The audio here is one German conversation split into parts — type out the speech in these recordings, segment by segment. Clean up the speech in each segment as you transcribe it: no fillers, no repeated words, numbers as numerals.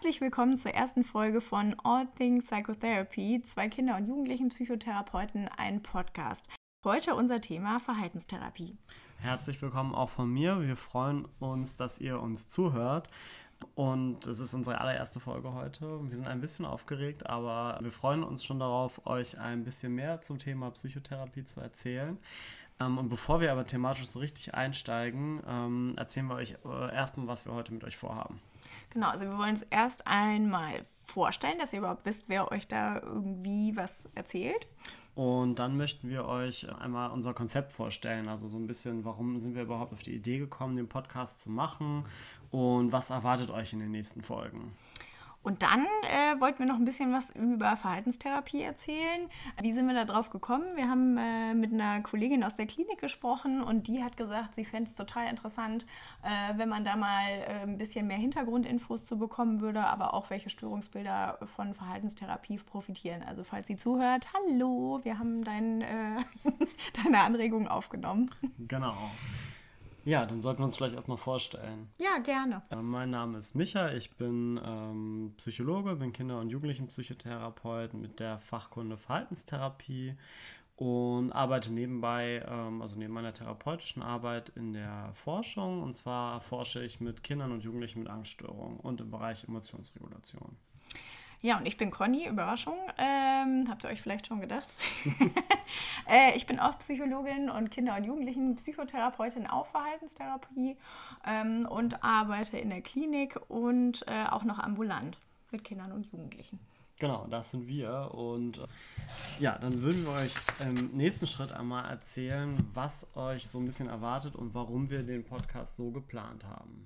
Herzlich willkommen zur ersten Folge von All Things Psychotherapy, 2 Kinder- und Jugendlichen-Psychotherapeuten, ein Podcast. Heute unser Thema Verhaltenstherapie. Herzlich willkommen auch von mir. Wir freuen uns, dass ihr uns zuhört. Und es ist unsere allererste Folge heute. Wir sind ein bisschen aufgeregt, aber wir freuen uns schon darauf, euch ein bisschen mehr zum Thema Psychotherapie zu erzählen. Und bevor wir aber thematisch so richtig einsteigen, erzählen wir euch erstmal, was wir heute mit euch vorhaben. Genau, also wir wollen es erst einmal vorstellen, dass ihr überhaupt wisst, wer euch da irgendwie was erzählt. Und dann möchten wir euch einmal unser Konzept vorstellen, also so ein bisschen, warum sind wir überhaupt auf die Idee gekommen, den Podcast zu machen und was erwartet euch in den nächsten Folgen. Und dann wollten wir noch ein bisschen was über Verhaltenstherapie erzählen. Wie sind wir da drauf gekommen? Wir haben mit einer Kollegin aus der Klinik gesprochen und die hat gesagt, sie fände es total interessant, wenn man da mal ein bisschen mehr Hintergrundinfos zu bekommen würde, aber auch welche Störungsbilder von Verhaltenstherapie profitieren. Also falls sie zuhört, hallo, wir haben deine Anregungen aufgenommen. Genau. Ja, dann sollten wir uns vielleicht erstmal vorstellen. Ja, gerne. Mein Name ist Micha, ich bin Psychologe, bin Kinder- und Jugendlichenpsychotherapeut mit der Fachkunde Verhaltenstherapie und arbeite nebenbei, also neben meiner therapeutischen Arbeit in der Forschung. Und zwar forsche ich mit Kindern und Jugendlichen mit Angststörungen und im Bereich Emotionsregulation. Ja, und ich bin Conny, Überraschung, habt ihr euch vielleicht schon gedacht. Ich bin auch Psychologin und Kinder- und Jugendlichen-Psychotherapeutin auf Verhaltenstherapie und arbeite in der Klinik und auch noch ambulant mit Kindern und Jugendlichen. Genau, das sind wir und ja, dann würden wir euch im nächsten Schritt einmal erzählen, was euch so ein bisschen erwartet und warum wir den Podcast so geplant haben.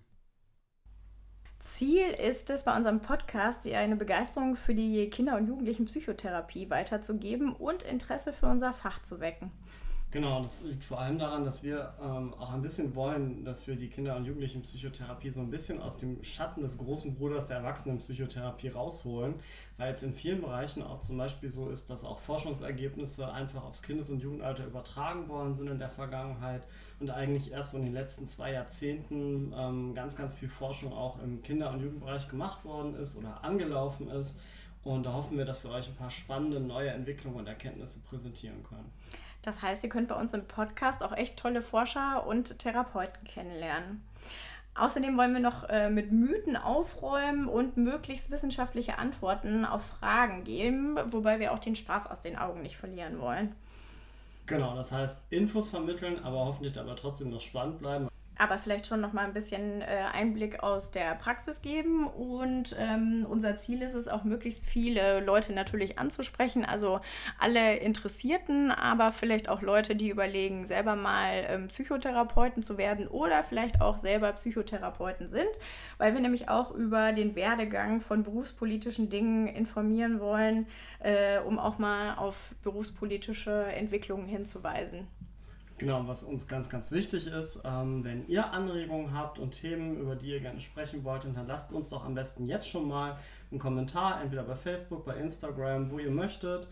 Ziel ist es, bei unserem Podcast eine Begeisterung für die Kinder- und Jugendlichen-Psychotherapie weiterzugeben und Interesse für unser Fach zu wecken. Genau, das liegt vor allem daran, dass wir auch ein bisschen wollen, dass wir die Kinder- und Jugendlichenpsychotherapie so ein bisschen aus dem Schatten des großen Bruders der Erwachsenenpsychotherapie rausholen, weil es in vielen Bereichen auch zum Beispiel so ist, dass auch Forschungsergebnisse einfach aufs Kindes- und Jugendalter übertragen worden sind in der Vergangenheit und eigentlich erst so in den letzten 2 Jahrzehnten ganz, ganz viel Forschung auch im Kinder- und Jugendbereich gemacht worden ist oder angelaufen ist. Und da hoffen wir, dass wir euch ein paar spannende neue Entwicklungen und Erkenntnisse präsentieren können. Das heißt, ihr könnt bei uns im Podcast auch echt tolle Forscher und Therapeuten kennenlernen. Außerdem wollen wir noch mit Mythen aufräumen und möglichst wissenschaftliche Antworten auf Fragen geben, wobei wir auch den Spaß aus den Augen nicht verlieren wollen. Genau, das heißt Infos vermitteln, aber hoffentlich dabei trotzdem noch spannend bleiben. Aber vielleicht schon noch mal ein bisschen Einblick aus der Praxis geben und unser Ziel ist es auch, möglichst viele Leute natürlich anzusprechen, also alle Interessierten, aber vielleicht auch Leute, die überlegen, selber mal Psychotherapeuten zu werden oder vielleicht auch selber Psychotherapeuten sind, weil wir nämlich auch über den Werdegang von berufspolitischen Dingen informieren wollen, um auch mal auf berufspolitische Entwicklungen hinzuweisen. Genau, was uns ganz, ganz wichtig ist, wenn ihr Anregungen habt und Themen, über die ihr gerne sprechen wollt, dann lasst uns doch am besten jetzt schon mal einen Kommentar, entweder bei Facebook, bei Instagram, wo ihr möchtet,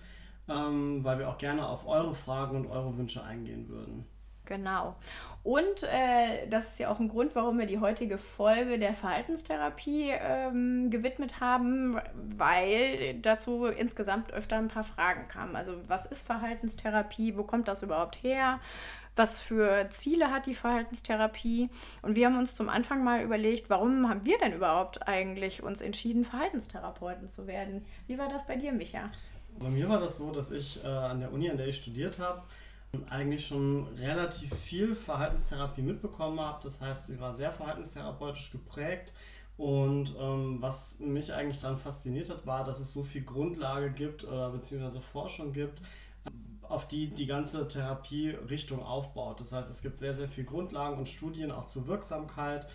weil wir auch gerne auf eure Fragen und eure Wünsche eingehen würden. Genau. Und das ist ja auch ein Grund, warum wir die heutige Folge der Verhaltenstherapie gewidmet haben, weil dazu insgesamt öfter ein paar Fragen kamen. Also was ist Verhaltenstherapie? Wo kommt das überhaupt her? Was für Ziele hat die Verhaltenstherapie? Und wir haben uns zum Anfang mal überlegt, warum haben wir denn überhaupt eigentlich uns entschieden, Verhaltenstherapeuten zu werden? Wie war das bei dir, Micha? Bei mir war das so, dass ich an der Uni, an der ich studiert habe, eigentlich schon relativ viel Verhaltenstherapie mitbekommen habe. Das heißt, sie war sehr verhaltenstherapeutisch geprägt und was mich eigentlich daran fasziniert hat, war, dass es so viel Grundlage gibt oder beziehungsweise Forschung gibt, auf die die ganze Therapierichtung aufbaut. Das heißt, es gibt sehr, sehr viel Grundlagen und Studien auch zur Wirksamkeit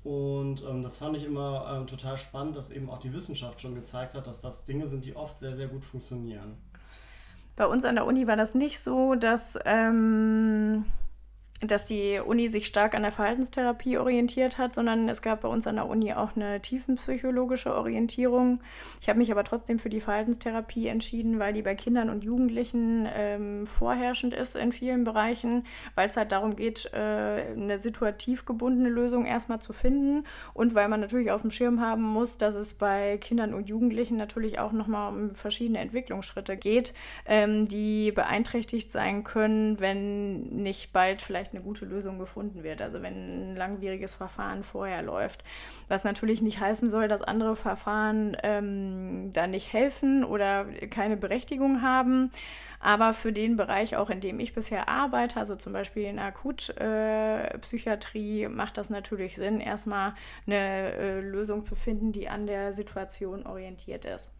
und das fand ich immer total spannend, dass eben auch die Wissenschaft schon gezeigt hat, dass das Dinge sind, die oft sehr, sehr gut funktionieren. Bei uns an der Uni war das nicht so, dass dass die Uni sich stark an der Verhaltenstherapie orientiert hat, sondern es gab bei uns an der Uni auch eine tiefenpsychologische Orientierung. Ich habe mich aber trotzdem für die Verhaltenstherapie entschieden, weil die bei Kindern und Jugendlichen vorherrschend ist in vielen Bereichen, weil es halt darum geht, eine situativ gebundene Lösung erstmal zu finden und weil man natürlich auf dem Schirm haben muss, dass es bei Kindern und Jugendlichen natürlich auch nochmal um verschiedene Entwicklungsschritte geht, die beeinträchtigt sein können, wenn nicht bald vielleicht eine gute Lösung gefunden wird, also wenn ein langwieriges Verfahren vorher läuft. Was natürlich nicht heißen soll, dass andere Verfahren da nicht helfen oder keine Berechtigung haben, aber für den Bereich auch, in dem ich bisher arbeite, also zum Beispiel in Akutpsychiatrie, macht das natürlich Sinn, erstmal eine Lösung zu finden, die an der Situation orientiert ist.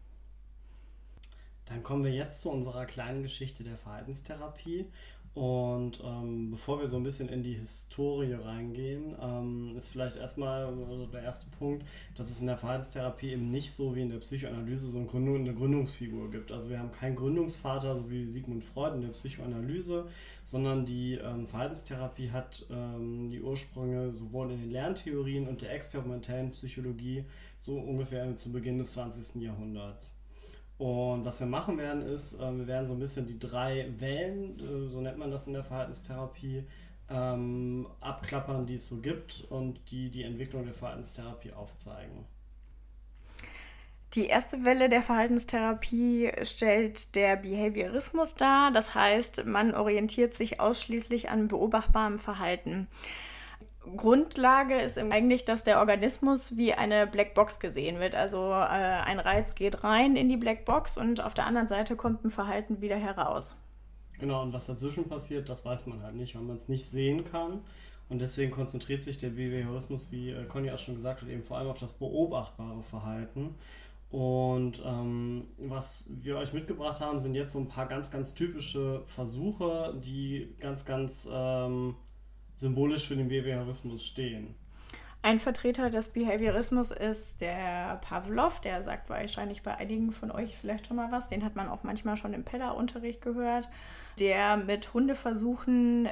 Dann kommen wir jetzt zu unserer kleinen Geschichte der Verhaltenstherapie. Und bevor wir so ein bisschen in die Historie reingehen, ist vielleicht erstmal der erste Punkt, dass es in der Verhaltenstherapie eben nicht so wie in der Psychoanalyse so eine Gründungsfigur gibt. Also wir haben keinen Gründungsvater, so wie Sigmund Freud in der Psychoanalyse, sondern die Verhaltenstherapie hat die Ursprünge sowohl in den Lerntheorien und der experimentellen Psychologie so ungefähr zu Beginn des 20. Jahrhunderts. Und was wir machen werden ist, wir werden so ein bisschen die 3 Wellen, so nennt man das in der Verhaltenstherapie, abklappern, die es so gibt und die Entwicklung der Verhaltenstherapie aufzeigen. Die erste Welle der Verhaltenstherapie stellt der Behaviorismus dar. Das heißt, man orientiert sich ausschließlich an beobachtbarem Verhalten. Grundlage ist eigentlich, dass der Organismus wie eine Blackbox gesehen wird. Also ein Reiz geht rein in die Blackbox und auf der anderen Seite kommt ein Verhalten wieder heraus. Genau, und was dazwischen passiert, das weiß man halt nicht, weil man es nicht sehen kann. Und deswegen konzentriert sich der Behaviorismus, wie Conny auch schon gesagt hat, eben vor allem auf das beobachtbare Verhalten. Und was wir euch mitgebracht haben, sind jetzt so ein paar ganz, ganz typische Versuche, die ganz, ganz symbolisch für den Behaviorismus stehen. Ein Vertreter des Behaviorismus ist der Pavlov, der sagt wahrscheinlich bei einigen von euch vielleicht schon mal was, den hat man auch manchmal schon im Pedda-Unterricht gehört, der mit Hundeversuchen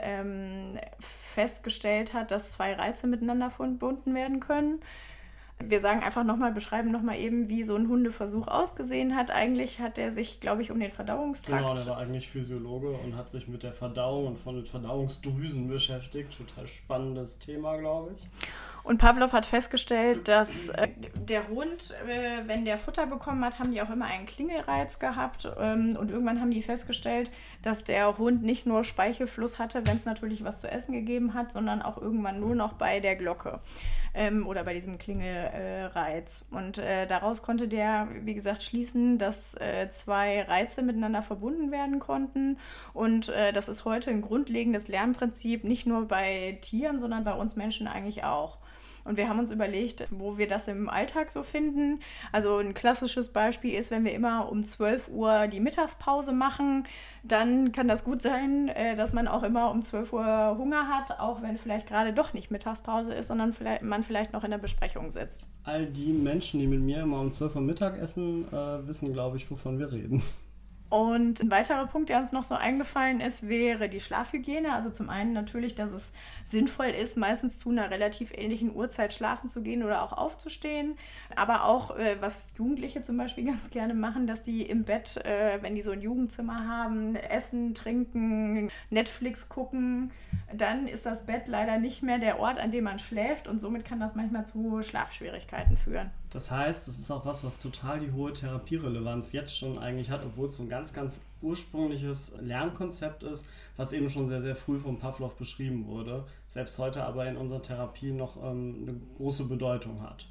festgestellt hat, dass 2 Reize miteinander verbunden werden können. Wir beschreiben nochmal eben, wie so ein Hundeversuch ausgesehen hat. Eigentlich hat er sich, glaube ich, um den Verdauungstrakt... Genau, der war eigentlich Physiologe und hat sich mit der Verdauung und von den Verdauungsdrüsen beschäftigt. Total spannendes Thema, glaube ich. Und Pavlov hat festgestellt, dass der Hund, wenn der Futter bekommen hat, haben die auch immer einen Klingelreiz gehabt. Und irgendwann haben die festgestellt, dass der Hund nicht nur Speichelfluss hatte, wenn es natürlich was zu essen gegeben hat, sondern auch irgendwann nur noch bei der Glocke oder bei diesem Klingelreiz. Und daraus konnte der, wie gesagt, schließen, dass 2 Reize miteinander verbunden werden konnten. Und das ist heute ein grundlegendes Lernprinzip, nicht nur bei Tieren, sondern bei uns Menschen eigentlich auch. Und wir haben uns überlegt, wo wir das im Alltag so finden. Also ein klassisches Beispiel ist, wenn wir immer um 12 Uhr die Mittagspause machen, dann kann das gut sein, dass man auch immer um 12 Uhr Hunger hat, auch wenn vielleicht gerade doch nicht Mittagspause ist, sondern man vielleicht noch in der Besprechung sitzt. All die Menschen, die mit mir immer um 12 Uhr Mittag essen, wissen, glaube ich, wovon wir reden. Und ein weiterer Punkt, der uns noch so eingefallen ist, wäre die Schlafhygiene. Also zum einen natürlich, dass es sinnvoll ist, meistens zu einer relativ ähnlichen Uhrzeit schlafen zu gehen oder auch aufzustehen. Aber auch, was Jugendliche zum Beispiel ganz gerne machen, dass die im Bett, wenn die so ein Jugendzimmer haben, essen, trinken, Netflix gucken. Dann ist das Bett leider nicht mehr der Ort, an dem man schläft. Und somit kann das manchmal zu Schlafschwierigkeiten führen. Das heißt, es ist auch was total die hohe Therapierelevanz jetzt schon eigentlich hat, obwohl es so ein ganz, ganz ursprüngliches Lernkonzept ist, was eben schon sehr, sehr früh von Pavlov beschrieben wurde, selbst heute aber in unserer Therapie noch eine große Bedeutung hat.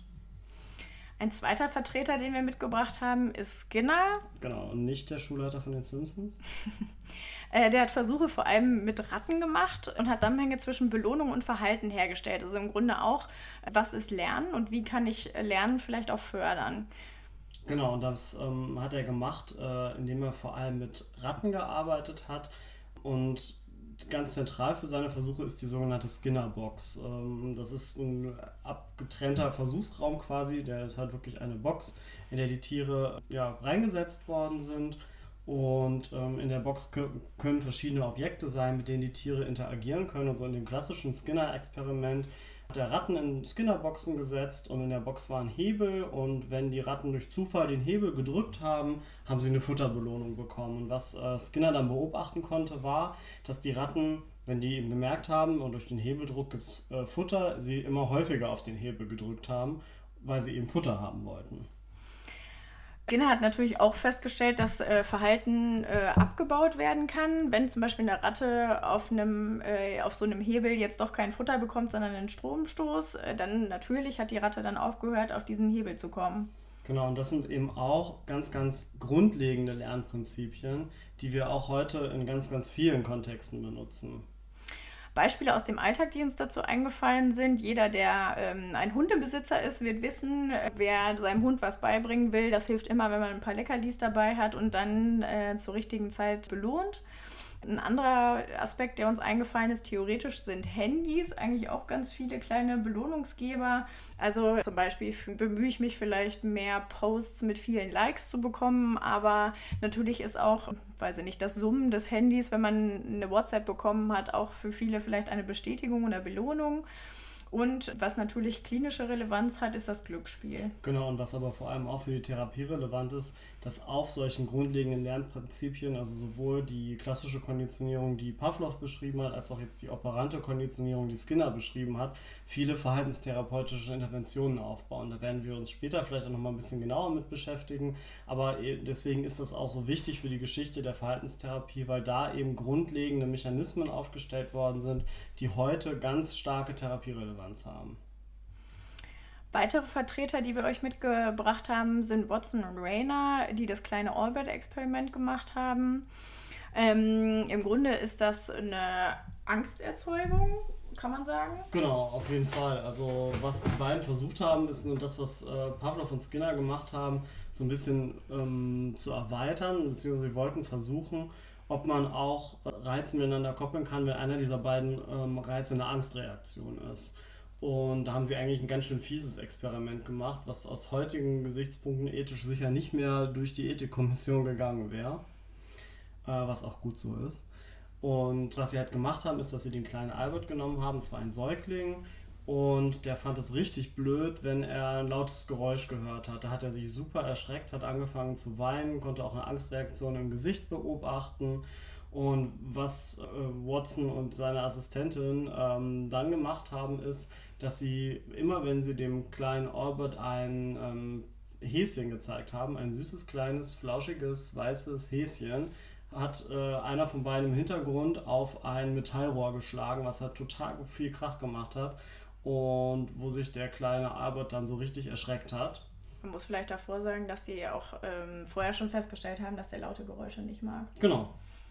Ein zweiter Vertreter, den wir mitgebracht haben, ist Skinner. Genau, und nicht der Schulleiter von den Simpsons. Der hat Versuche vor allem mit Ratten gemacht und hat Zusammenhänge zwischen Belohnung und Verhalten hergestellt. Also im Grunde auch, was ist Lernen und wie kann ich Lernen vielleicht auch fördern. Genau, und das hat er gemacht, indem er vor allem mit Ratten gearbeitet hat. Und ganz zentral für seine Versuche ist die sogenannte Skinner-Box. Das ist ein abgetrennter Versuchsraum quasi, der ist halt wirklich eine Box, in der die Tiere reingesetzt worden sind. Und in der Box können verschiedene Objekte sein, mit denen die Tiere interagieren können. Und so in dem klassischen Skinner-Experiment hat er Ratten in Skinner-Boxen gesetzt und in der Box war ein Hebel. Und wenn die Ratten durch Zufall den Hebel gedrückt haben, haben sie eine Futterbelohnung bekommen. Und was Skinner dann beobachten konnte, war, dass die Ratten, wenn die eben gemerkt haben, und durch den Hebeldruck gibt es Futter, sie immer häufiger auf den Hebel gedrückt haben, weil sie eben Futter haben wollten. Skinner hat natürlich auch festgestellt, dass Verhalten abgebaut werden kann. Wenn zum Beispiel eine Ratte auf so einem Hebel jetzt doch kein Futter bekommt, sondern einen Stromstoß, dann natürlich hat die Ratte dann aufgehört, auf diesen Hebel zu kommen. Genau, und das sind eben auch ganz, ganz grundlegende Lernprinzipien, die wir auch heute in ganz, ganz vielen Kontexten benutzen. Beispiele aus dem Alltag, die uns dazu eingefallen sind. Jeder, der ein Hundebesitzer ist, wird wissen, wer seinem Hund was beibringen will. Das hilft immer, wenn man ein paar Leckerlis dabei hat und dann zur richtigen Zeit belohnt. Ein anderer Aspekt, der uns eingefallen ist, theoretisch sind Handys eigentlich auch ganz viele kleine Belohnungsgeber. Also zum Beispiel bemühe ich mich vielleicht mehr Posts mit vielen Likes zu bekommen, aber natürlich ist auch, weiß ich nicht, das Summen des Handys, wenn man eine WhatsApp bekommen hat, auch für viele vielleicht eine Bestätigung oder Belohnung. Und was natürlich klinische Relevanz hat, ist das Glücksspiel. Genau, und was aber vor allem auch für die Therapie relevant ist, dass auf solchen grundlegenden Lernprinzipien, also sowohl die klassische Konditionierung, die Pavlov beschrieben hat, als auch jetzt die operante Konditionierung, die Skinner beschrieben hat, viele verhaltenstherapeutische Interventionen aufbauen. Da werden wir uns später vielleicht auch nochmal ein bisschen genauer mit beschäftigen, aber deswegen ist das auch so wichtig für die Geschichte der Verhaltenstherapie, weil da eben grundlegende Mechanismen aufgestellt worden sind, die heute ganz starke Therapierelevanz haben. Weitere Vertreter, die wir euch mitgebracht haben, sind Watson und Rayner, die das kleine Albert-Experiment gemacht haben. Im Grunde ist das eine Angsterzeugung, kann man sagen. Genau, auf jeden Fall. Also was die beiden versucht haben, ist nur das, was Pavlov und Skinner gemacht haben, so ein bisschen zu erweitern, beziehungsweise sie wollten versuchen, ob man auch Reize miteinander koppeln kann, wenn einer dieser beiden Reize eine Angstreaktion ist. Und da haben sie eigentlich ein ganz schön fieses Experiment gemacht, was aus heutigen Gesichtspunkten ethisch sicher nicht mehr durch die Ethikkommission gegangen wäre, was auch gut so ist. Und was sie halt gemacht haben, ist, dass sie den kleinen Albert genommen haben, es war ein Säugling, und der fand es richtig blöd, wenn er ein lautes Geräusch gehört hat. Da hat er sich super erschreckt, hat angefangen zu weinen, konnte auch eine Angstreaktion im Gesicht beobachten. Und was Watson und seine Assistentin dann gemacht haben, ist, dass sie immer, wenn sie dem kleinen Albert ein Häschen gezeigt haben, ein süßes, kleines, flauschiges, weißes Häschen, hat einer von beiden im Hintergrund auf ein Metallrohr geschlagen, was halt total viel Krach gemacht hat und wo sich der kleine Albert dann so richtig erschreckt hat. Man muss vielleicht davor sagen, dass die auch vorher schon festgestellt haben, dass der laute Geräusche nicht mag. Genau.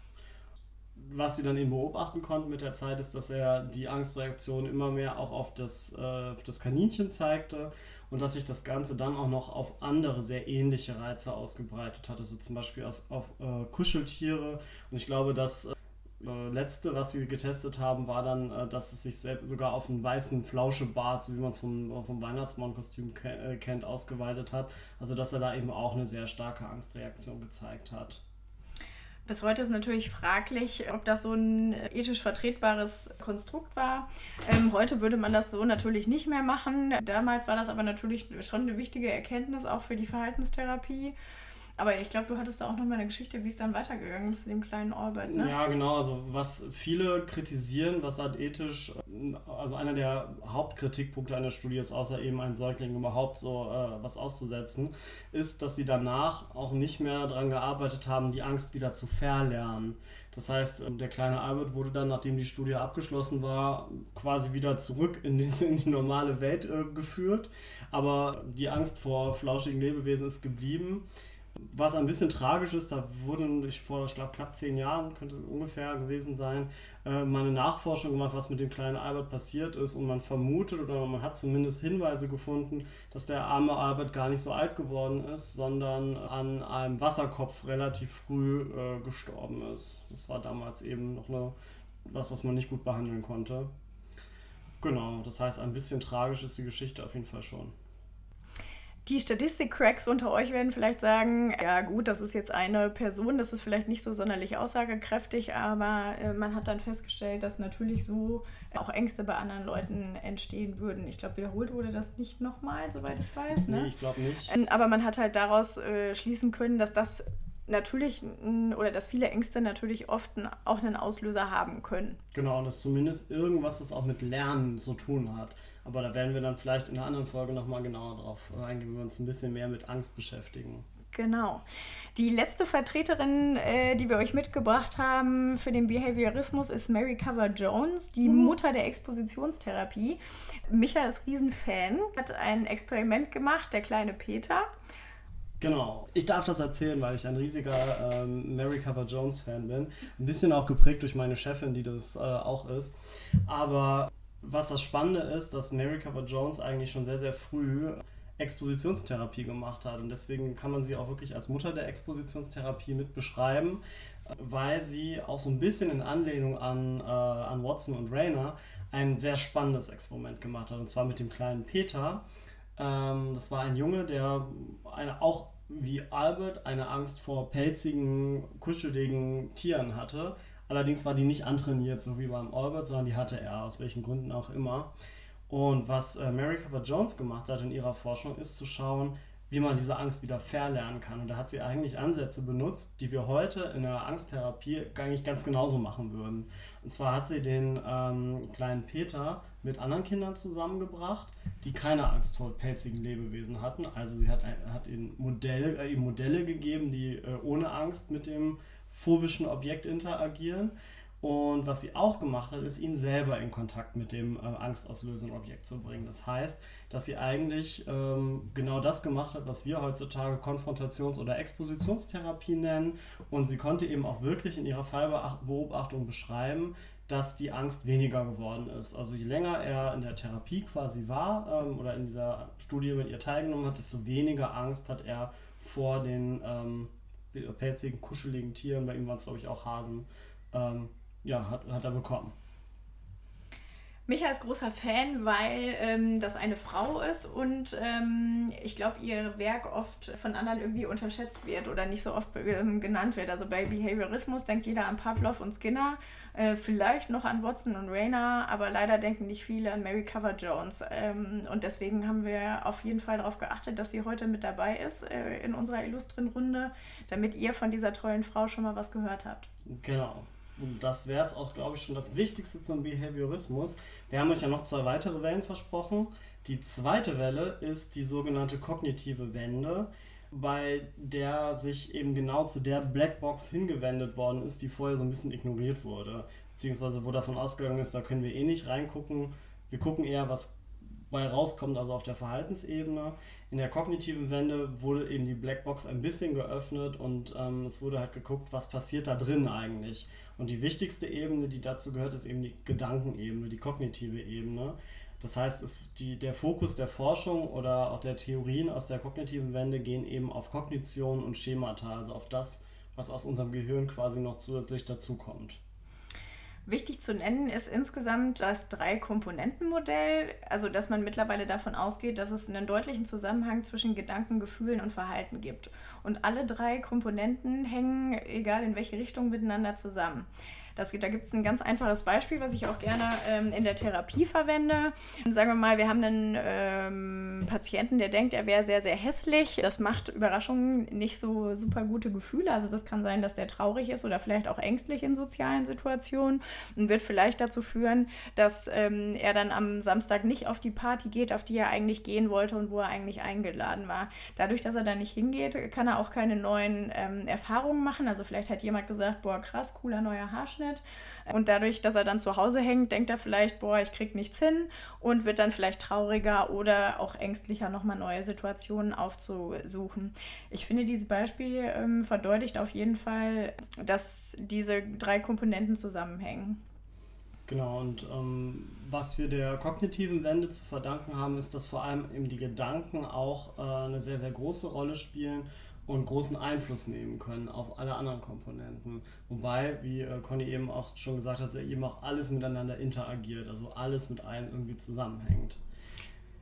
Was sie dann eben beobachten konnten mit der Zeit, ist, dass er die Angstreaktion immer mehr auch auf das Kaninchen zeigte und dass sich das Ganze dann auch noch auf andere sehr ähnliche Reize ausgebreitet hat, also zum Beispiel auf Kuscheltiere. Und ich glaube, das Letzte, was sie getestet haben, war dann, dass es sich sogar auf einen weißen Flauschebart, so wie man es vom Weihnachtsmannkostüm kennt, ausgeweitet hat. Also dass er da eben auch eine sehr starke Angstreaktion gezeigt hat. Bis heute ist natürlich fraglich, ob das so ein ethisch vertretbares Konstrukt war. Heute würde man das so natürlich nicht mehr machen. Damals war das aber natürlich schon eine wichtige Erkenntnis, auch für die Verhaltenstherapie. Aber ich glaube, du hattest da auch nochmal eine Geschichte, wie es dann weitergegangen ist, zu dem kleinen Albert, ne? Ja, genau. Also was viele kritisieren, was halt ethisch, also einer der Hauptkritikpunkte einer Studie ist, außer eben einen Säugling überhaupt so was auszusetzen, ist, dass sie danach auch nicht mehr daran gearbeitet haben, die Angst wieder zu verlernen. Das heißt, der kleine Albert wurde dann, nachdem die Studie abgeschlossen war, quasi wieder zurück in die normale Welt geführt. Aber die Angst vor flauschigen Lebewesen ist geblieben. Was ein bisschen tragisch ist, da wurden vor, ich glaube, knapp 10 Jahren, könnte es ungefähr gewesen sein, mal eine Nachforschung gemacht, was mit dem kleinen Albert passiert ist, und man vermutet oder man hat zumindest Hinweise gefunden, dass der arme Albert gar nicht so alt geworden ist, sondern an einem Wasserkopf relativ früh gestorben ist. Das war damals eben noch was man nicht gut behandeln konnte. Genau, das heißt, ein bisschen tragisch ist die Geschichte auf jeden Fall schon. Die Statistik-Cracks unter euch werden vielleicht sagen, ja gut, das ist jetzt eine Person, das ist vielleicht nicht so sonderlich aussagekräftig, aber man hat dann festgestellt, dass natürlich so auch Ängste bei anderen Leuten entstehen würden. Ich glaube, wiederholt wurde das nicht nochmal, soweit ich weiß. Ne? Nee, ich glaube nicht. Aber man hat halt daraus schließen können, dass das natürlich oder dass viele Ängste natürlich oft auch einen Auslöser haben können. Genau, und dass zumindest irgendwas das auch mit Lernen zu tun hat. Aber da werden wir dann vielleicht in einer anderen Folge nochmal genauer drauf eingehen, wenn wir uns ein bisschen mehr mit Angst beschäftigen. Genau. Die letzte Vertreterin, die wir euch mitgebracht haben für den Behaviorismus, ist Mary Cover-Jones, die Mutter der Expositionstherapie. Micha ist Riesenfan, hat ein Experiment gemacht, der kleine Peter. Genau. Ich darf das erzählen, weil ich ein riesiger Mary Cover-Jones-Fan bin. Ein bisschen auch geprägt durch meine Chefin, die das auch ist. Aber was das Spannende ist, dass Mary Cover-Jones eigentlich schon sehr, sehr früh Expositionstherapie gemacht hat. Und deswegen kann man sie auch wirklich als Mutter der Expositionstherapie mit beschreiben, weil sie auch so ein bisschen in Anlehnung an Watson und Rayner ein sehr spannendes Experiment gemacht hat. Und zwar mit dem kleinen Peter. Das war ein Junge, der auch wie Albert eine Angst vor pelzigen, kuscheligen Tieren hatte. Allerdings war die nicht antrainiert, so wie beim Albert, sondern die hatte er, aus welchen Gründen auch immer. Und was Mary Cover-Jones gemacht hat in ihrer Forschung, ist zu schauen, wie man diese Angst wieder verlernen kann. Und da hat sie eigentlich Ansätze benutzt, die wir heute in der Angsttherapie eigentlich ganz genauso machen würden. Und zwar hat sie den kleinen Peter mit anderen Kindern zusammengebracht, die keine Angst vor pelzigen Lebewesen hatten. Also sie hat ihm Modelle gegeben, die ohne Angst mit dem phobischen Objekt interagieren. Und was sie auch gemacht hat, ist, ihn selber in Kontakt mit dem angstauslösenden Objekt zu bringen. Das heißt, dass sie eigentlich genau das gemacht hat, was wir heutzutage Konfrontations- oder Expositionstherapie nennen. Und sie konnte eben auch wirklich in ihrer Fallbeobachtung beschreiben, dass die Angst weniger geworden ist. Also je länger er in der Therapie quasi war oder in dieser Studie mit ihr teilgenommen hat, desto weniger Angst hat er vor den pelzigen, kuscheligen Tieren. Bei ihm waren es, glaube ich, auch Hasen. Hat er bekommen. Micha ist großer Fan, weil das eine Frau ist und ich glaube, ihr Werk oft von anderen irgendwie unterschätzt wird oder nicht so oft genannt wird. Also bei Behaviorismus denkt jeder an Pavlov und Skinner, vielleicht noch an Watson und Rayner, aber leider denken nicht viele an Mary Cover-Jones. Und deswegen haben wir auf jeden Fall darauf geachtet, dass sie heute mit dabei ist in unserer illustren Runde, damit ihr von dieser tollen Frau schon mal was gehört habt. Genau. Und das wäre es auch, glaube ich, schon das Wichtigste zum Behaviorismus. Wir haben euch ja noch 2 weitere Wellen versprochen. Die zweite Welle ist die sogenannte kognitive Wende, bei der sich eben genau zu der Blackbox hingewendet worden ist, die vorher so ein bisschen ignoriert wurde. Beziehungsweise wo davon ausgegangen ist, da können wir eh nicht reingucken. Wir gucken eher, was bei rauskommt, also auf der Verhaltensebene. In der kognitiven Wende wurde eben die Blackbox ein bisschen geöffnet und es wurde halt geguckt, was passiert da drin eigentlich. Und die wichtigste Ebene, die dazu gehört, ist eben die Gedankenebene, die kognitive Ebene. Das heißt, der Fokus der Forschung oder auch der Theorien aus der kognitiven Wende gehen eben auf Kognition und Schemata, also auf das, was aus unserem Gehirn quasi noch zusätzlich dazukommt. Wichtig zu nennen ist insgesamt das 3-Komponenten-Modell, also dass man mittlerweile davon ausgeht, dass es einen deutlichen Zusammenhang zwischen Gedanken, Gefühlen und Verhalten gibt. Und alle 3 Komponenten hängen, egal in welche Richtung, miteinander zusammen. Da gibt es ein ganz einfaches Beispiel, was ich auch gerne in der Therapie verwende. Sagen wir mal, wir haben einen Patienten, der denkt, er wäre sehr, sehr hässlich. Das macht Überraschungen nicht so super gute Gefühle. Also das kann sein, dass der traurig ist oder vielleicht auch ängstlich in sozialen Situationen und wird vielleicht dazu führen, dass er dann am Samstag nicht auf die Party geht, auf die er eigentlich gehen wollte und wo er eigentlich eingeladen war. Dadurch, dass er da nicht hingeht, kann er auch keine neuen Erfahrungen machen. Also vielleicht hat jemand gesagt, boah, krass, cooler neuer Haarschnitt. Und dadurch, dass er dann zu Hause hängt, denkt er vielleicht, boah, ich krieg nichts hin und wird dann vielleicht trauriger oder auch ängstlicher, nochmal neue Situationen aufzusuchen. Ich finde, dieses Beispiel verdeutlicht auf jeden Fall, dass diese 3 Komponenten zusammenhängen. Genau, und was wir der kognitiven Wende zu verdanken haben, ist, dass vor allem eben die Gedanken auch eine sehr, sehr große Rolle spielen und großen Einfluss nehmen können auf alle anderen Komponenten. Wobei, wie Conny eben auch schon gesagt hat, eben auch alles miteinander interagiert, also alles mit allem irgendwie zusammenhängt.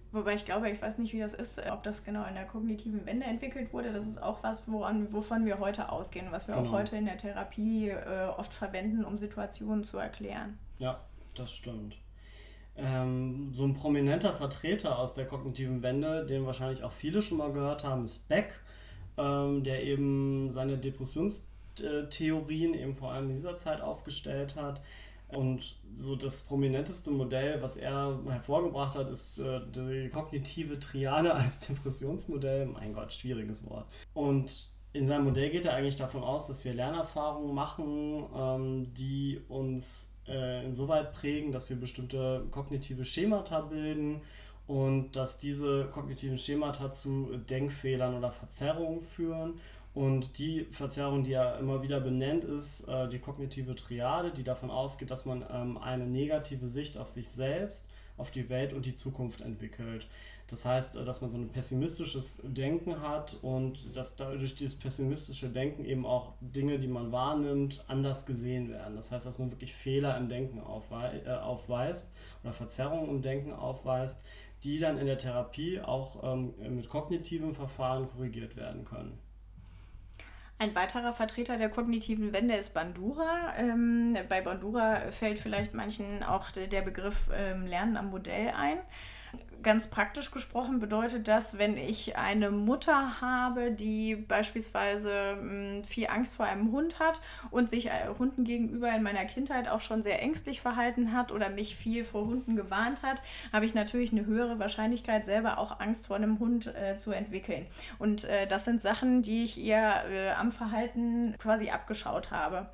Wobei ich glaube, ich weiß nicht, wie das ist, ob das genau in der kognitiven Wende entwickelt wurde. Das ist auch was, wovon wir heute ausgehen, was wir auch heute in der Therapie oft verwenden, um Situationen zu erklären. Ja, das stimmt. So ein prominenter Vertreter aus der kognitiven Wende, den wahrscheinlich auch viele schon mal gehört haben, ist Beck, der eben seine Depressionstheorien eben vor allem in dieser Zeit aufgestellt hat. Und so das prominenteste Modell, was er hervorgebracht hat, ist die kognitive Triade als Depressionsmodell. Mein Gott, schwieriges Wort. Und in seinem Modell geht er eigentlich davon aus, dass wir Lernerfahrungen machen, die uns insoweit prägen, dass wir bestimmte kognitive Schemata bilden und dass diese kognitiven Schemata zu Denkfehlern oder Verzerrungen führen. Und die Verzerrung, die er immer wieder benennt, ist die kognitive Triade, die davon ausgeht, dass man eine negative Sicht auf sich selbst, auf die Welt und die Zukunft entwickelt. Das heißt, dass man so ein pessimistisches Denken hat und dass durch dieses pessimistische Denken eben auch Dinge, die man wahrnimmt, anders gesehen werden. Das heißt, dass man wirklich Fehler im Denken aufweist oder Verzerrungen im Denken aufweist, die dann in der Therapie auch mit kognitiven Verfahren korrigiert werden können. Ein weiterer Vertreter der kognitiven Wende ist Bandura. Bei Bandura fällt vielleicht manchen auch der Begriff Lernen am Modell ein. Ganz praktisch gesprochen bedeutet das, wenn ich eine Mutter habe, die beispielsweise viel Angst vor einem Hund hat und sich Hunden gegenüber in meiner Kindheit auch schon sehr ängstlich verhalten hat oder mich viel vor Hunden gewarnt hat, habe ich natürlich eine höhere Wahrscheinlichkeit, selber auch Angst vor einem Hund zu entwickeln. Und das sind Sachen, die ich ihr am Verhalten quasi abgeschaut habe.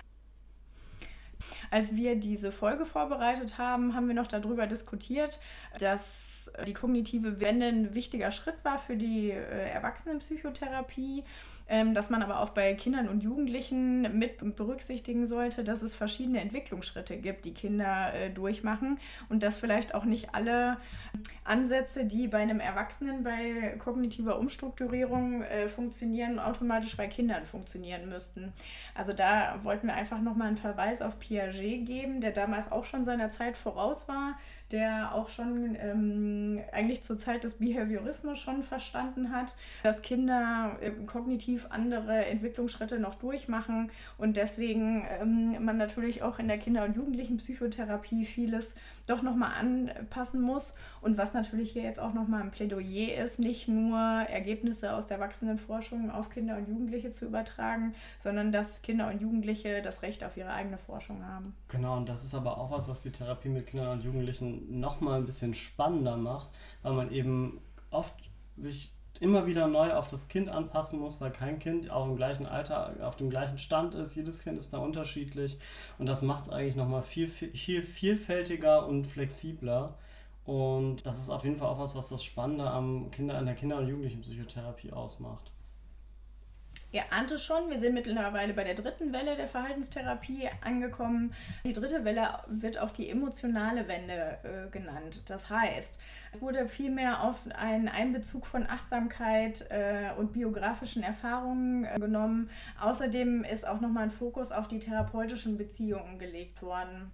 Als wir diese Folge vorbereitet haben, haben wir noch darüber diskutiert, dass die kognitive Wende ein wichtiger Schritt war für die Erwachsenenpsychotherapie, dass man aber auch bei Kindern und Jugendlichen mit berücksichtigen sollte, dass es verschiedene Entwicklungsschritte gibt, die Kinder durchmachen und dass vielleicht auch nicht alle Ansätze, die bei einem Erwachsenen bei kognitiver Umstrukturierung funktionieren, automatisch bei Kindern funktionieren müssten. Also da wollten wir einfach nochmal einen Verweis auf Piaget geben, der damals auch schon seiner Zeit voraus war, der auch schon eigentlich zur Zeit des Behaviorismus schon verstanden hat, dass Kinder kognitiv andere Entwicklungsschritte noch durchmachen und deswegen man natürlich auch in der Kinder- und Jugendlichenpsychotherapie vieles doch nochmal anpassen muss und was natürlich hier jetzt auch nochmal ein Plädoyer ist, nicht nur Ergebnisse aus der Erwachsenenforschung auf Kinder und Jugendliche zu übertragen, sondern dass Kinder und Jugendliche das Recht auf ihre eigene Forschung haben. Genau, und das ist aber auch was die Therapie mit Kindern und Jugendlichen nochmal ein bisschen spannender macht, weil man eben oft sich immer wieder neu auf das Kind anpassen muss, weil kein Kind auch im gleichen Alter auf dem gleichen Stand ist. Jedes Kind ist da unterschiedlich und das macht es eigentlich nochmal viel vielfältiger und flexibler. Und das ist auf jeden Fall auch was das Spannende an der Kinder- und Jugendlichenpsychotherapie ausmacht. Ihr ahnt es schon, wir sind mittlerweile bei der dritten Welle der Verhaltenstherapie angekommen. Die dritte Welle wird auch die emotionale Wende genannt. Das heißt, es wurde viel mehr auf einen Einbezug von Achtsamkeit und biografischen Erfahrungen genommen. Außerdem ist auch nochmal ein Fokus auf die therapeutischen Beziehungen gelegt worden.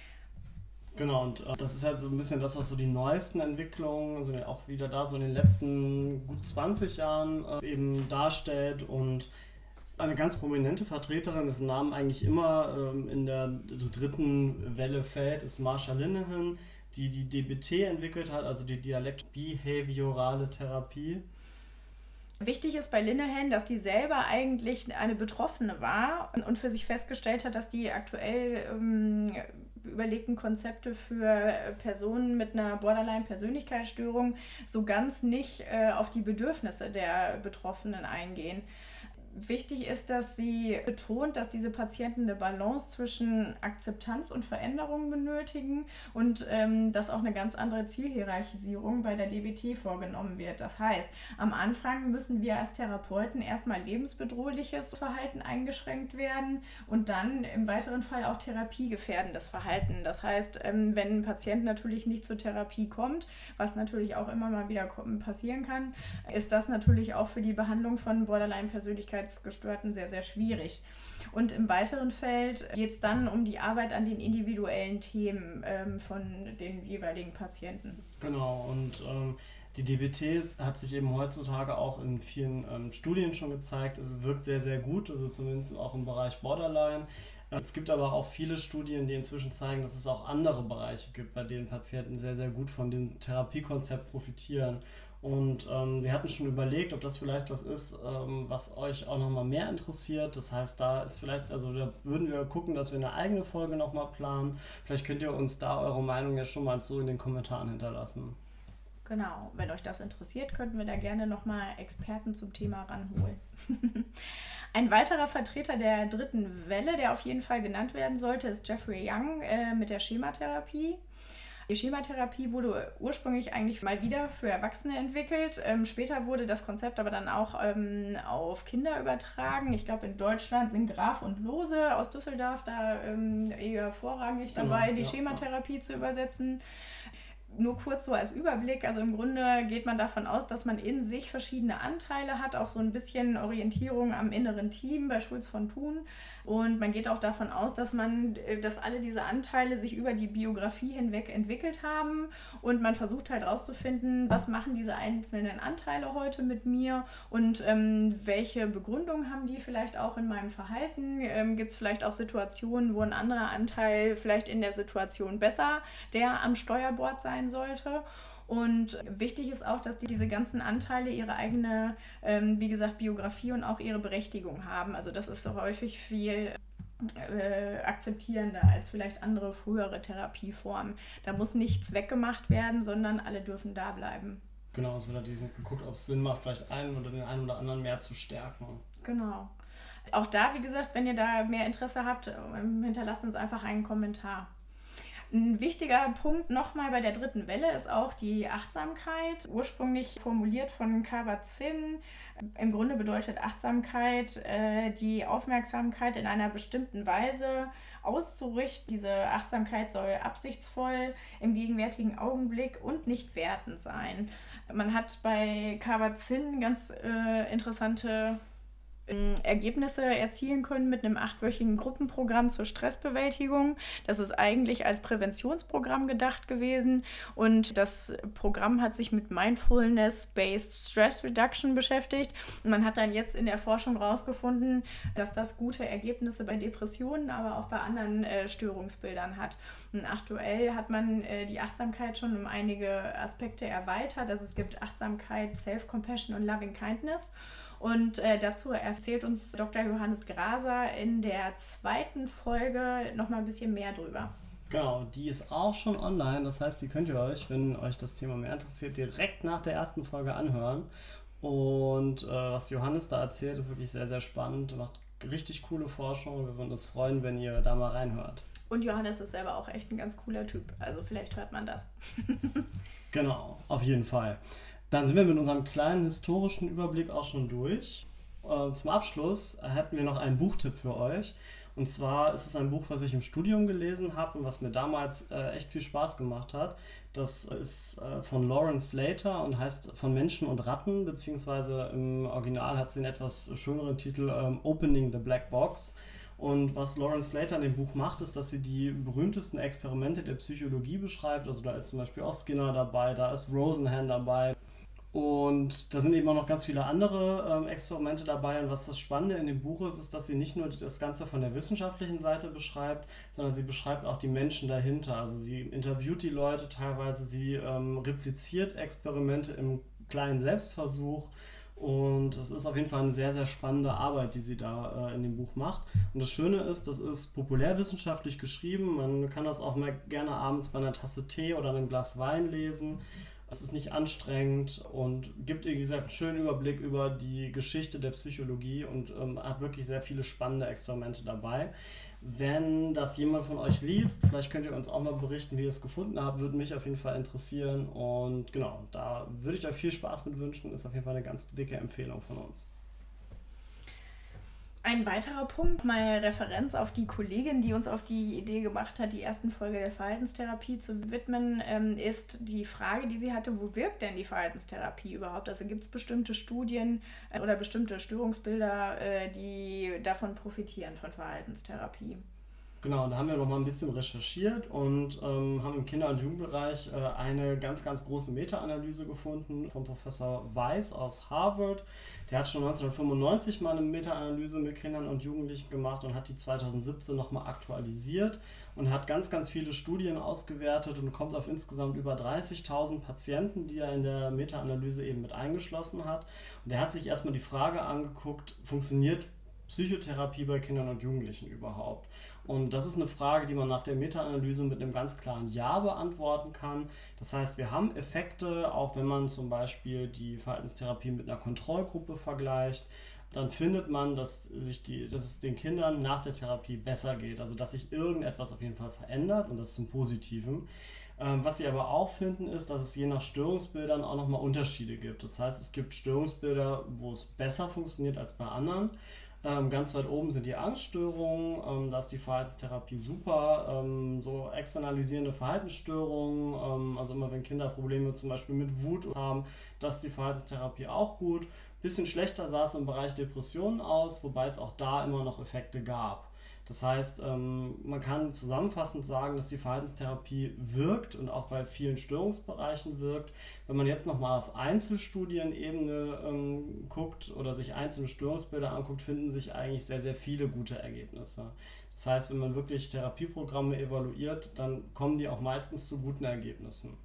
Genau, und das ist halt so ein bisschen das, was so die neuesten Entwicklungen, also auch wieder da so in den letzten gut 20 Jahren eben darstellt. Und eine ganz prominente Vertreterin, dessen Namen eigentlich immer in der dritten Welle fällt, ist Marsha Linehan, die DBT entwickelt hat, also die dialekt-behaviorale Therapie. Wichtig ist bei Linehan, dass die selber eigentlich eine Betroffene war und für sich festgestellt hat, dass die aktuell überlegten Konzepte für Personen mit einer Borderline-Persönlichkeitsstörung so ganz nicht auf die Bedürfnisse der Betroffenen eingehen. Wichtig ist, dass sie betont, dass diese Patienten eine Balance zwischen Akzeptanz und Veränderung benötigen und dass auch eine ganz andere Zielhierarchisierung bei der DBT vorgenommen wird. Das heißt, am Anfang müssen wir als Therapeuten erstmal lebensbedrohliches Verhalten eingeschränkt werden und dann im weiteren Fall auch therapiegefährdendes Verhalten. Das heißt, wenn ein Patient natürlich nicht zur Therapie kommt, was natürlich auch immer mal wieder passieren kann, ist das natürlich auch für die Behandlung von Borderline-Persönlichkeitsstörungen Persönlichkeitsgestörten sehr, sehr schwierig. Und im weiteren Feld geht es dann um die Arbeit an den individuellen Themen von den jeweiligen Patienten. Genau, und die DBT hat sich eben heutzutage auch in vielen Studien schon gezeigt. Es wirkt sehr, sehr gut, also zumindest auch im Bereich Borderline. Es gibt aber auch viele Studien, die inzwischen zeigen, dass es auch andere Bereiche gibt, bei denen Patienten sehr, sehr gut von dem Therapiekonzept profitieren. Und wir hatten schon überlegt, ob das vielleicht was ist, was euch auch nochmal mehr interessiert. Das heißt, da würden wir gucken, dass wir eine eigene Folge nochmal planen. Vielleicht könnt ihr uns da eure Meinung ja schon mal so in den Kommentaren hinterlassen. Genau, wenn euch das interessiert, könnten wir da gerne nochmal Experten zum Thema ranholen. Ein weiterer Vertreter der dritten Welle, der auf jeden Fall genannt werden sollte, ist Jeffrey Young mit der Schematherapie. Die Schematherapie wurde ursprünglich eigentlich mal wieder für Erwachsene entwickelt. Später wurde das Konzept aber dann auch auf Kinder übertragen. Ich glaube, in Deutschland sind Graf und Lose aus Düsseldorf da eher vorrangig dabei, die Schematherapie zu übersetzen. Nur kurz so als Überblick, also im Grunde geht man davon aus, dass man in sich verschiedene Anteile hat, auch so ein bisschen Orientierung am inneren Team bei Schulz von Thun. Und man geht auch davon aus, dass alle diese Anteile sich über die Biografie hinweg entwickelt haben. Und man versucht halt rauszufinden, was machen diese einzelnen Anteile heute mit mir und welche Begründung haben die vielleicht auch in meinem Verhalten. Gibt es vielleicht auch Situationen, wo ein anderer Anteil vielleicht in der Situation besser der am Steuerbord sein sollte. Und wichtig ist auch, dass diese ganzen Anteile ihre eigene, wie gesagt, Biografie und auch ihre Berechtigung haben. Also das ist so häufig viel akzeptierender als vielleicht andere frühere Therapieformen. Da muss nichts weggemacht werden, sondern alle dürfen da bleiben. Genau, es wird halt geguckt, ob es Sinn macht, vielleicht einen oder den einen oder anderen mehr zu stärken. Genau. Auch da, wie gesagt, wenn ihr da mehr Interesse habt, hinterlasst uns einfach einen Kommentar. Ein wichtiger Punkt nochmal bei der dritten Welle ist auch die Achtsamkeit. Ursprünglich formuliert von Kabat-Zinn. Im Grunde bedeutet Achtsamkeit, die Aufmerksamkeit in einer bestimmten Weise auszurichten. Diese Achtsamkeit soll absichtsvoll im gegenwärtigen Augenblick und nicht wertend sein. Man hat bei Kabat-Zinn ganz interessante Ergebnisse erzielen können mit einem 8-wöchigen Gruppenprogramm zur Stressbewältigung. Das ist eigentlich als Präventionsprogramm gedacht gewesen und das Programm hat sich mit Mindfulness-Based Stress Reduction beschäftigt. Und man hat dann jetzt in der Forschung herausgefunden, dass das gute Ergebnisse bei Depressionen, aber auch bei anderen Störungsbildern hat. Und aktuell hat man die Achtsamkeit schon um einige Aspekte erweitert. Also es gibt Achtsamkeit, Self-Compassion und Loving Kindness. Und dazu erzählt uns Dr. Johannes Graser in der 2. Folge nochmal ein bisschen mehr drüber. Genau, die ist auch schon online. Das heißt, die könnt ihr euch, wenn euch das Thema mehr interessiert, direkt nach der 1. Folge anhören. Und was Johannes da erzählt, ist wirklich sehr, sehr spannend. Macht richtig coole Forschung. Wir würden uns freuen, wenn ihr da mal reinhört. Und Johannes ist selber auch echt ein ganz cooler Typ. Also vielleicht hört man das. Genau, auf jeden Fall. Dann sind wir mit unserem kleinen historischen Überblick auch schon durch. Zum Abschluss hätten wir noch einen Buchtipp für euch. Und zwar ist es ein Buch, was ich im Studium gelesen habe und was mir damals echt viel Spaß gemacht hat. Das ist von Lauren Slater und heißt Von Menschen und Ratten, beziehungsweise im Original hat sie einen etwas schöneren Titel Opening the Black Box. Und was Lauren Slater in dem Buch macht, ist, dass sie die berühmtesten Experimente der Psychologie beschreibt. Also da ist zum Beispiel auch Skinner dabei, da ist Rosenhan dabei. Und da sind eben auch noch ganz viele andere Experimente dabei. Und was das Spannende in dem Buch ist, ist, dass sie nicht nur das Ganze von der wissenschaftlichen Seite beschreibt, sondern sie beschreibt auch die Menschen dahinter. Also sie interviewt die Leute teilweise, sie repliziert Experimente im kleinen Selbstversuch. Und es ist auf jeden Fall eine sehr, sehr spannende Arbeit, die sie da in dem Buch macht. Und das Schöne ist, das ist populärwissenschaftlich geschrieben. Man kann das auch mal gerne abends bei einer Tasse Tee oder einem Glas Wein lesen. Es ist nicht anstrengend und gibt, wie gesagt, einen schönen Überblick über die Geschichte der Psychologie und hat wirklich sehr viele spannende Experimente dabei. Wenn das jemand von euch liest, vielleicht könnt ihr uns auch mal berichten, wie ihr es gefunden habt, würde mich auf jeden Fall interessieren. Und genau, da würde ich euch viel Spaß mit wünschen, ist auf jeden Fall eine ganz dicke Empfehlung von uns. Ein weiterer Punkt, mal Referenz auf die Kollegin, die uns auf die Idee gemacht hat, die ersten Folge der Verhaltenstherapie zu widmen, ist die Frage, die sie hatte, wo wirkt denn die Verhaltenstherapie überhaupt? Also gibt es bestimmte Studien oder bestimmte Störungsbilder, die davon profitieren, von Verhaltenstherapie? Genau, da haben wir noch mal ein bisschen recherchiert und haben im Kinder- und Jugendbereich eine ganz, ganz große Meta-Analyse gefunden von Professor Weiss aus Harvard. Der hat schon 1995 mal eine Meta-Analyse mit Kindern und Jugendlichen gemacht und hat die 2017 nochmal aktualisiert und hat ganz, ganz viele Studien ausgewertet und kommt auf insgesamt über 30.000 Patienten, die er in der Meta-Analyse eben mit eingeschlossen hat. Und er hat sich erstmal die Frage angeguckt, funktioniert Psychotherapie bei Kindern und Jugendlichen überhaupt? Und das ist eine Frage, die man nach der Meta-Analyse mit einem ganz klaren Ja beantworten kann. Das heißt, wir haben Effekte, auch wenn man zum Beispiel die Verhaltenstherapie mit einer Kontrollgruppe vergleicht, dann findet man, dass es den Kindern nach der Therapie besser geht. Also dass sich irgendetwas auf jeden Fall verändert und das zum Positiven. Was sie aber auch finden, ist, dass es je nach Störungsbildern auch nochmal Unterschiede gibt. Das heißt, es gibt Störungsbilder, wo es besser funktioniert als bei anderen. Ganz weit oben sind die Angststörungen, da ist die Verhaltenstherapie super, so externalisierende Verhaltensstörungen, also immer wenn Kinder Probleme zum Beispiel mit Wut haben, das ist die Verhaltenstherapie auch gut. Bisschen schlechter sah es im Bereich Depressionen aus, wobei es auch da immer noch Effekte gab. Das heißt, man kann zusammenfassend sagen, dass die Verhaltenstherapie wirkt und auch bei vielen Störungsbereichen wirkt. Wenn man jetzt nochmal auf Einzelstudienebene guckt oder sich einzelne Störungsbilder anguckt, finden sich eigentlich sehr, sehr viele gute Ergebnisse. Das heißt, wenn man wirklich Therapieprogramme evaluiert, dann kommen die auch meistens zu guten Ergebnissen.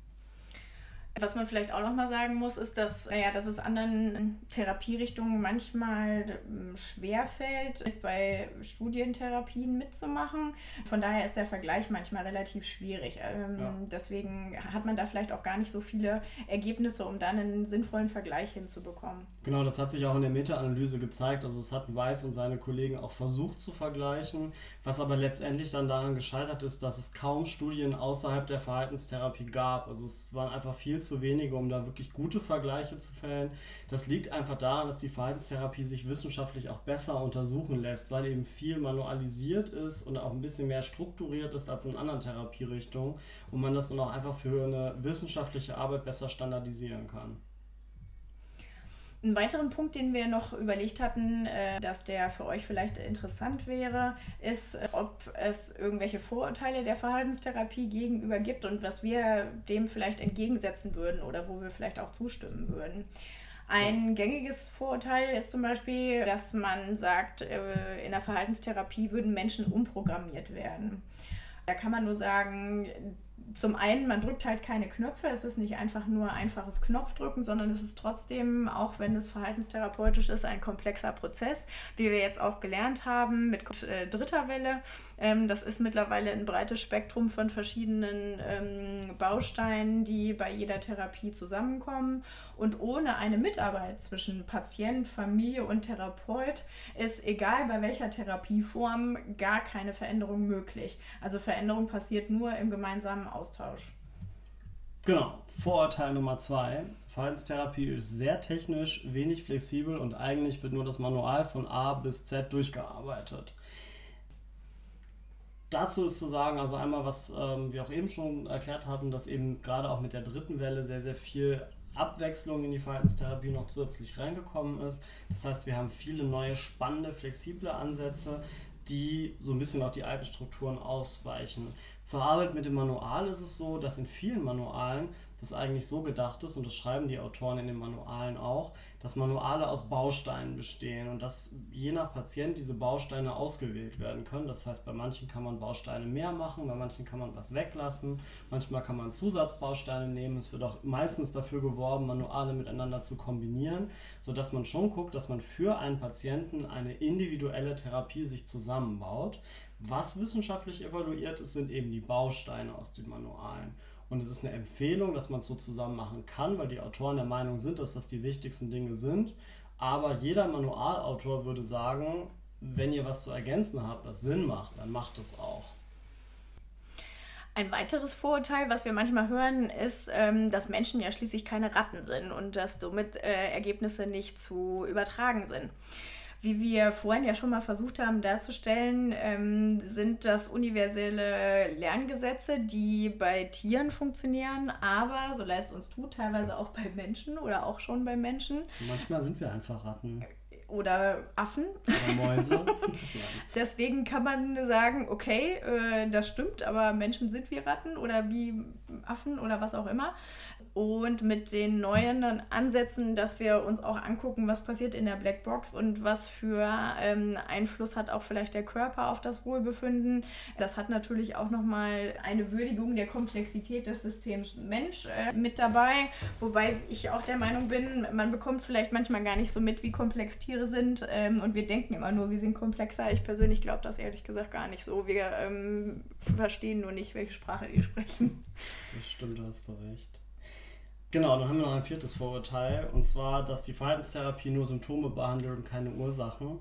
Was man vielleicht auch nochmal sagen muss, ist, dass es anderen Therapierichtungen manchmal schwerfällt, bei Studientherapien mitzumachen. Von daher ist der Vergleich manchmal relativ schwierig. Deswegen hat man da vielleicht auch gar nicht so viele Ergebnisse, um dann einen sinnvollen Vergleich hinzubekommen. Genau, das hat sich auch in der Meta-Analyse gezeigt. Also es hat Weiss und seine Kollegen auch versucht zu vergleichen, was aber letztendlich dann daran gescheitert ist, dass es kaum Studien außerhalb der Verhaltenstherapie gab. Also es waren einfach viel zu wenige, um da wirklich gute Vergleiche zu fällen. Das liegt einfach daran, dass die Verhaltenstherapie sich wissenschaftlich auch besser untersuchen lässt, weil eben viel manualisiert ist und auch ein bisschen mehr strukturiert ist als in anderen Therapierichtungen und man das dann auch einfach für eine wissenschaftliche Arbeit besser standardisieren kann. Einen weiteren Punkt, den wir noch überlegt hatten, dass der für euch vielleicht interessant wäre, ist, ob es irgendwelche Vorurteile der Verhaltenstherapie gegenüber gibt und was wir dem vielleicht entgegensetzen würden oder wo wir vielleicht auch zustimmen würden. Ein gängiges Vorurteil ist zum Beispiel, dass man sagt, in der Verhaltenstherapie würden Menschen umprogrammiert werden. Da kann man nur sagen, zum einen, man drückt halt keine Knöpfe, es ist nicht einfach nur einfaches Knopfdrücken, sondern es ist trotzdem, auch wenn es verhaltenstherapeutisch ist, ein komplexer Prozess, wie wir jetzt auch gelernt haben mit dritter Welle. Das ist mittlerweile ein breites Spektrum von verschiedenen Bausteinen, die bei jeder Therapie zusammenkommen. Und ohne eine Mitarbeit zwischen Patient, Familie und Therapeut ist, egal bei welcher Therapieform, gar keine Veränderung möglich. Also Veränderung passiert nur im gemeinsamen Austausch. Genau, Vorurteil Nummer 2. Verhaltenstherapie ist sehr technisch, wenig flexibel und eigentlich wird nur das Manual von A bis Z durchgearbeitet. Dazu ist zu sagen, also einmal, was wir auch eben schon erklärt hatten, dass eben gerade auch mit der dritten Welle sehr, sehr viel Abwechslung in die Verhaltenstherapie noch zusätzlich reingekommen ist. Das heißt, wir haben viele neue, spannende, flexible Ansätze, die so ein bisschen auf die alten Strukturen ausweichen. Zur Arbeit mit dem Manual ist es so, dass in vielen Manualen das eigentlich so gedacht ist, und das schreiben die Autoren in den Manualen auch, dass Manuale aus Bausteinen bestehen und dass je nach Patient diese Bausteine ausgewählt werden können. Das heißt, bei manchen kann man Bausteine mehr machen, bei manchen kann man was weglassen, manchmal kann man Zusatzbausteine nehmen. Es wird auch meistens dafür geworben, Manuale miteinander zu kombinieren, sodass man schon guckt, dass man für einen Patienten eine individuelle Therapie sich zusammenbaut. Was wissenschaftlich evaluiert ist, sind eben die Bausteine aus den Manualen. Und es ist eine Empfehlung, dass man es so zusammen machen kann, weil die Autoren der Meinung sind, dass das die wichtigsten Dinge sind. Aber jeder Manualautor würde sagen, wenn ihr was zu ergänzen habt, was Sinn macht, dann macht es auch. Ein weiteres Vorurteil, was wir manchmal hören, ist, dass Menschen ja schließlich keine Ratten sind und dass somit Ergebnisse nicht zu übertragen sind. Wie wir vorhin ja schon mal versucht haben darzustellen, sind das universelle Lerngesetze, die bei Tieren funktionieren, aber, so leid es uns tut, teilweise auch bei Menschen oder auch schon bei Menschen. Manchmal sind wir einfach Ratten. Oder Affen. Oder Mäuse. Deswegen kann man sagen, okay, das stimmt, aber Menschen sind wie Ratten oder wie Affen oder was auch immer. Und mit den neuen Ansätzen, dass wir uns auch angucken, was passiert in der Blackbox und was für Einfluss hat auch vielleicht der Körper auf das Wohlbefinden. Das hat natürlich auch nochmal eine Würdigung der Komplexität des Systems Mensch mit dabei. Wobei ich auch der Meinung bin, man bekommt vielleicht manchmal gar nicht so mit, wie komplex Tiere sind. Und wir denken immer nur, wir sind komplexer. Ich persönlich glaube das ehrlich gesagt gar nicht so. Wir verstehen nur nicht, welche Sprache die sprechen. Das stimmt, da hast du recht. Genau, dann haben wir noch ein viertes Vorurteil, und zwar, dass die Verhaltenstherapie nur Symptome behandelt und keine Ursachen.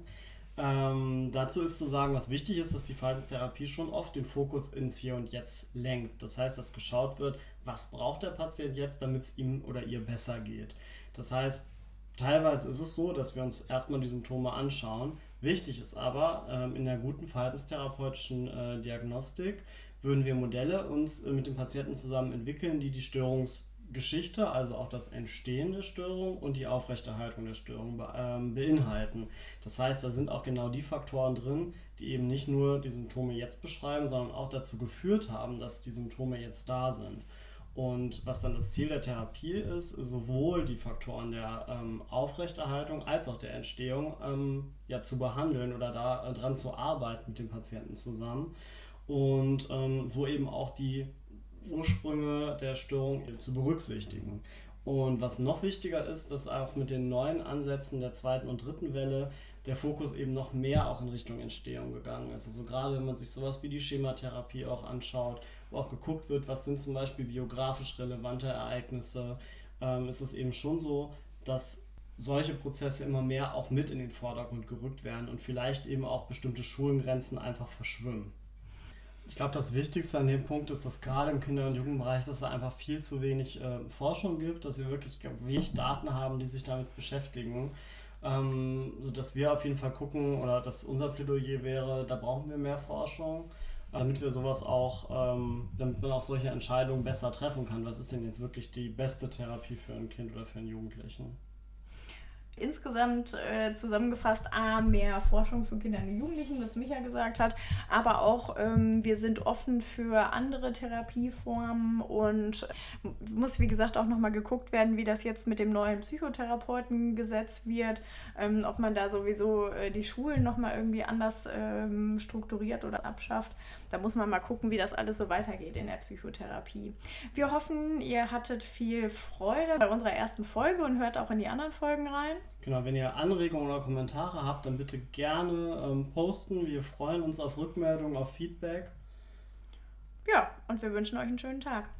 Dazu ist zu sagen, was wichtig ist, dass die Verhaltenstherapie schon oft den Fokus ins Hier und Jetzt lenkt. Das heißt, dass geschaut wird, was braucht der Patient jetzt, damit es ihm oder ihr besser geht. Das heißt, teilweise ist es so, dass wir uns erstmal die Symptome anschauen. Wichtig ist aber, in der guten verhaltenstherapeutischen Diagnostik würden wir Modelle uns mit dem Patienten zusammen entwickeln, die Störungsgeschichte, also auch das Entstehen der Störung und die Aufrechterhaltung der Störung beinhalten. Das heißt, da sind auch genau die Faktoren drin, die eben nicht nur die Symptome jetzt beschreiben, sondern auch dazu geführt haben, dass die Symptome jetzt da sind. Und was dann das Ziel der Therapie ist, sowohl die Faktoren der Aufrechterhaltung als auch der Entstehung zu behandeln oder daran zu arbeiten mit dem Patienten zusammen und so eben auch die Ursprünge der Störung zu berücksichtigen. Und was noch wichtiger ist, dass auch mit den neuen Ansätzen der zweiten und dritten Welle der Fokus eben noch mehr auch in Richtung Entstehung gegangen ist. Also gerade wenn man sich sowas wie die Schematherapie auch anschaut, wo auch geguckt wird, was sind zum Beispiel biografisch relevante Ereignisse, ist es eben schon so, dass solche Prozesse immer mehr auch mit in den Vordergrund gerückt werden und vielleicht eben auch bestimmte Schulengrenzen einfach verschwimmen. Ich glaube, das Wichtigste an dem Punkt ist, dass gerade im Kinder- und Jugendbereich, dass es einfach viel zu wenig Forschung gibt, dass wir wirklich wenig Daten haben, die sich damit beschäftigen, sodass wir auf jeden Fall gucken, oder dass unser Plädoyer wäre, da brauchen wir mehr Forschung, damit wir sowas auch, damit man auch solche Entscheidungen besser treffen kann. Was ist denn jetzt wirklich die beste Therapie für ein Kind oder für einen Jugendlichen? Insgesamt zusammengefasst, mehr Forschung für Kinder und Jugendlichen, was Micha gesagt hat, aber auch wir sind offen für andere Therapieformen und muss, wie gesagt, auch nochmal geguckt werden, wie das jetzt mit dem neuen Psychotherapeutengesetz wird, ob man da sowieso die Schulen nochmal irgendwie anders strukturiert oder abschafft. Da muss man mal gucken, wie das alles so weitergeht in der Psychotherapie. Wir hoffen, ihr hattet viel Freude bei unserer ersten Folge und hört auch in die anderen Folgen rein. Genau, wenn ihr Anregungen oder Kommentare habt, dann bitte gerne posten. Wir freuen uns auf Rückmeldungen, auf Feedback. Ja, und wir wünschen euch einen schönen Tag.